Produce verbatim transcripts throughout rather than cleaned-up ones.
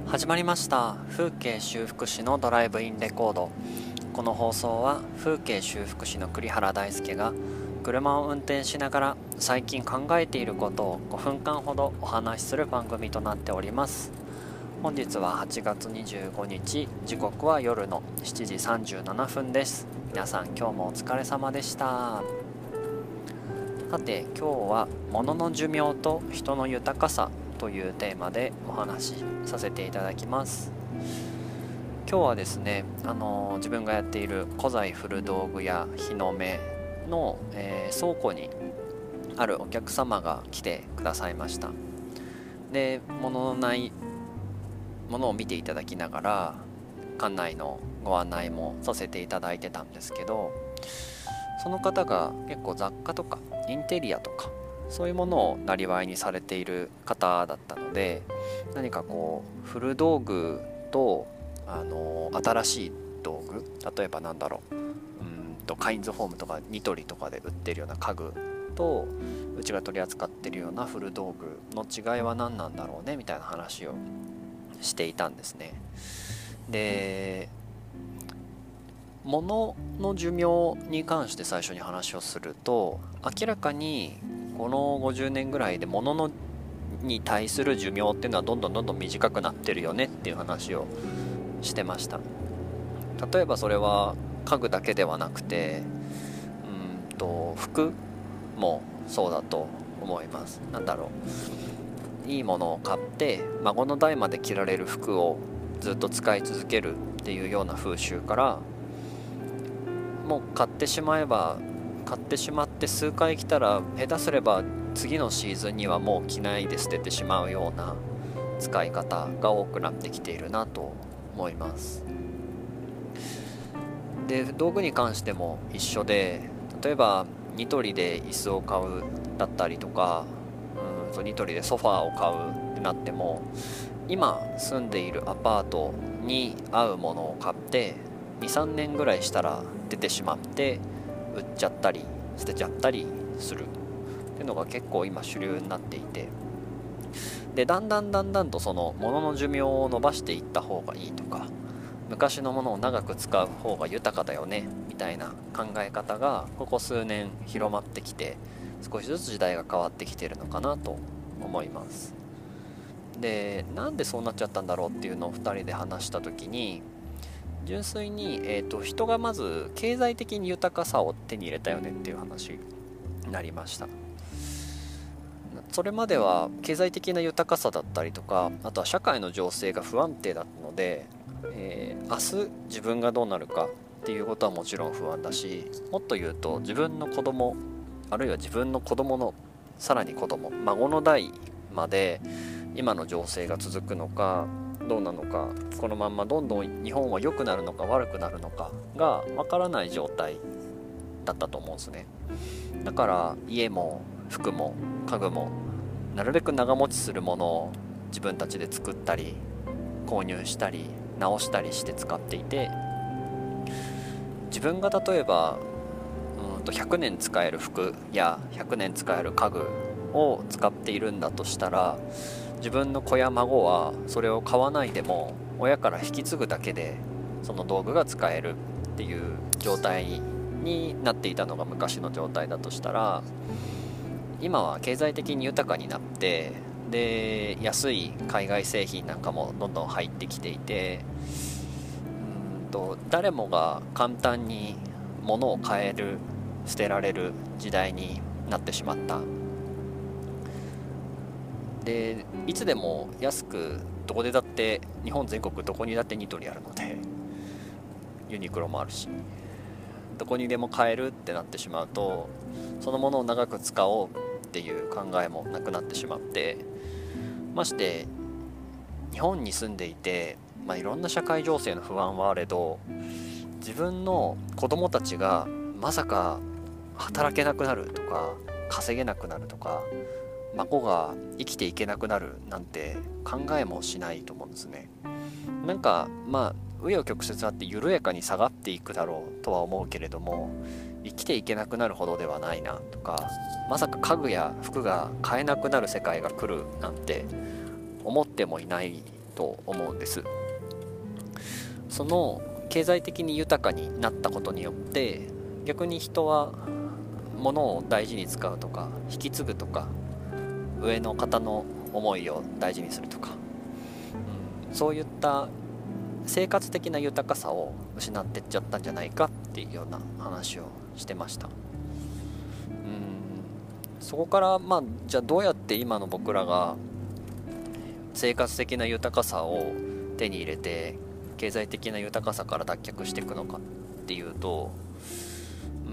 始まりました風景修復師のドライブインレコード。この放送は風景修復師の栗原大輔が車を運転しながら最近考えていることをごふんかんほどお話しする番組となっております。本日ははちがつにじゅうごにち、時刻は夜のしちじさんじゅうななふんです。皆さん今日もお疲れ様でした。さて今日は物の寿命と人の豊かさというテーマでお話しさせていただきます。今日はですね、あの自分がやっている古材古道具や日の目の、えー、倉庫にあるお客様が来てくださいました。で、物のないものを見ていただきながら館内のご案内もさせていただいてたんですけど、その方が結構雑貨とかインテリアとかそういうものをなりわいにされている方だったので、何かこう古道具とあの新しい道具、例えばなんだろう、うんとカインズホームとかニトリとかで売ってるような家具とうちが取り扱ってるような古道具の違いは何なんだろうねみたいな話をしていたんですね。で、物の寿命に関して最初に話をすると、明らかにこのごじゅうねんぐらいで物のに対する寿命っていうのはどんどんどんどん短くなってるよねっていう話をしてました。例えばそれは家具だけではなくて、うんと服もそうだと思います。なんだろう、いいものを買って孫の代まで着られる服をずっと使い続けるっていうような風習から、もう買ってしまえば買ってしまって数回着たら下手すれば次のシーズンにはもう着ないで捨ててしまうような使い方が多くなってきているなと思います。で、道具に関しても一緒で、例えばニトリで椅子を買うだったりとか、うんとニトリでソファーを買うってなっても、今住んでいるアパートに合うものを買ってにさんねんぐらいしたら出てしまって売っちゃったり捨てちゃったりするっていうのが結構今主流になっていて、でだんだんだんだんとその物の寿命を伸ばしていった方がいいとか、昔のものを長く使う方が豊かだよねみたいな考え方がここ数年広まってきて、少しずつ時代が変わってきているのかなと思います。で、なんでそうなっちゃったんだろうっていうのをふたりで話した時に、純粋に、えーと、人がまず経済的に豊かさを手に入れたよねっていう話になりました。それまでは経済的な豊かさだったりとか、あとは社会の情勢が不安定だったので、えー、明日自分がどうなるかっていうことはもちろん不安だし、もっと言うと自分の子供、あるいは自分の子供のさらに子供、孫の代まで今の情勢が続くのかどうなのか、このまんまどんどん日本は良くなるのか悪くなるのかがわからない状態だったと思うんですね。だから家も服も家具もなるべく長持ちするものを自分たちで作ったり購入したり直したりして使っていて、自分が例えばうんとひゃくねん使える服やひゃくねん使える家具を使っているんだとしたら、自分の子や孫はそれを買わないでも親から引き継ぐだけでその道具が使えるっていう状態になっていたのが昔の状態だとしたら、今は経済的に豊かになって、で安い海外製品なんかもどんどん入ってきていて、うんと誰もが簡単に物を買える、捨てられる時代になってしまった。でいつでも安くどこでだって、日本全国どこにだってニトリあるので、ユニクロもあるし、どこにでも買えるってなってしまうと、そのものを長く使おうっていう考えもなくなってしまって、まして日本に住んでいて、まあ、いろんな社会情勢の不安はあれど、自分の子供たちがまさか働けなくなるとか稼げなくなるとか、孫が生きていけなくなるなんて考えもしないと思うんですね。なんかまあ紆余曲折あって緩やかに下がっていくだろうとは思うけれども、生きていけなくなるほどではないなとか、まさか家具や服が買えなくなる世界が来るなんて思ってもいないと思うんです。その経済的に豊かになったことによって逆に人は物を大事に使うとか引き継ぐとか上の方の思いを大事にするとか、うん、そういった生活的な豊かさを失ってっちゃったんじゃないかっていうような話をしてました。うん、そこからまあじゃあどうやって今の僕らが生活的な豊かさを手に入れて経済的な豊かさから脱却していくのかっていうと、うん、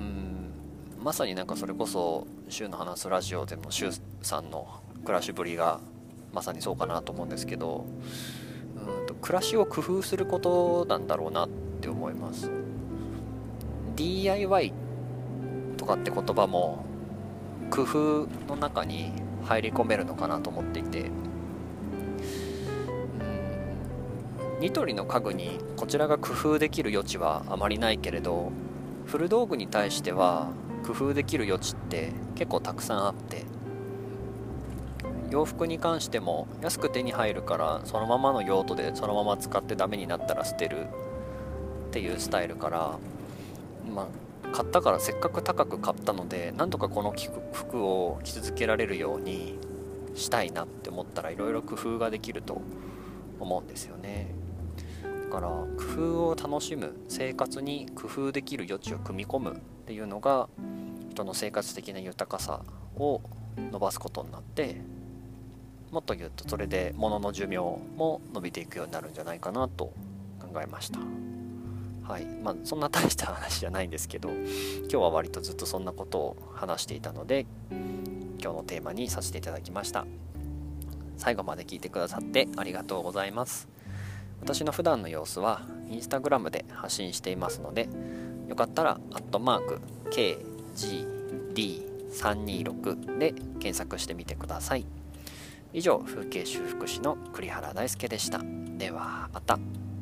まさになんかそれこそ週の話すラジオでも週さんの暮らしぶりがまさにそうかなと思うんですけど、うんと暮らしを工夫することなんだろうなって思います。 ディーアイワイ とかって言葉も工夫の中に入り込めるのかなと思っていて、ニトリの家具にこちらが工夫できる余地はあまりないけれど、古道具に対しては工夫できる余地って結構たくさんあって、洋服に関しても安く手に入るからそのままの用途でそのまま使ってダメになったら捨てるっていうスタイルから、まあ、買ったからせっかく高く買ったのでなんとかこの服を着続けられるようにしたいなって思ったらいろいろ工夫ができると思うんですよね。だから工夫を楽しむ、生活に工夫できる余地を組み込むっていうのが人の生活的な豊かさを伸ばすことになって、もっと言うとそれで物の寿命も伸びていくようになるんじゃないかなと考えました。はい、まあそんな大した話じゃないんですけど、今日は割とずっとそんなことを話していたので今日のテーマにさせていただきました。最後まで聞いてくださってありがとうございます。私の普段の様子はインスタグラムで発信していますので、よかったらアットマーク ケージーディーさんにーろく で検索してみてください。以上、風景修復師の栗原大輔でした。ではまた。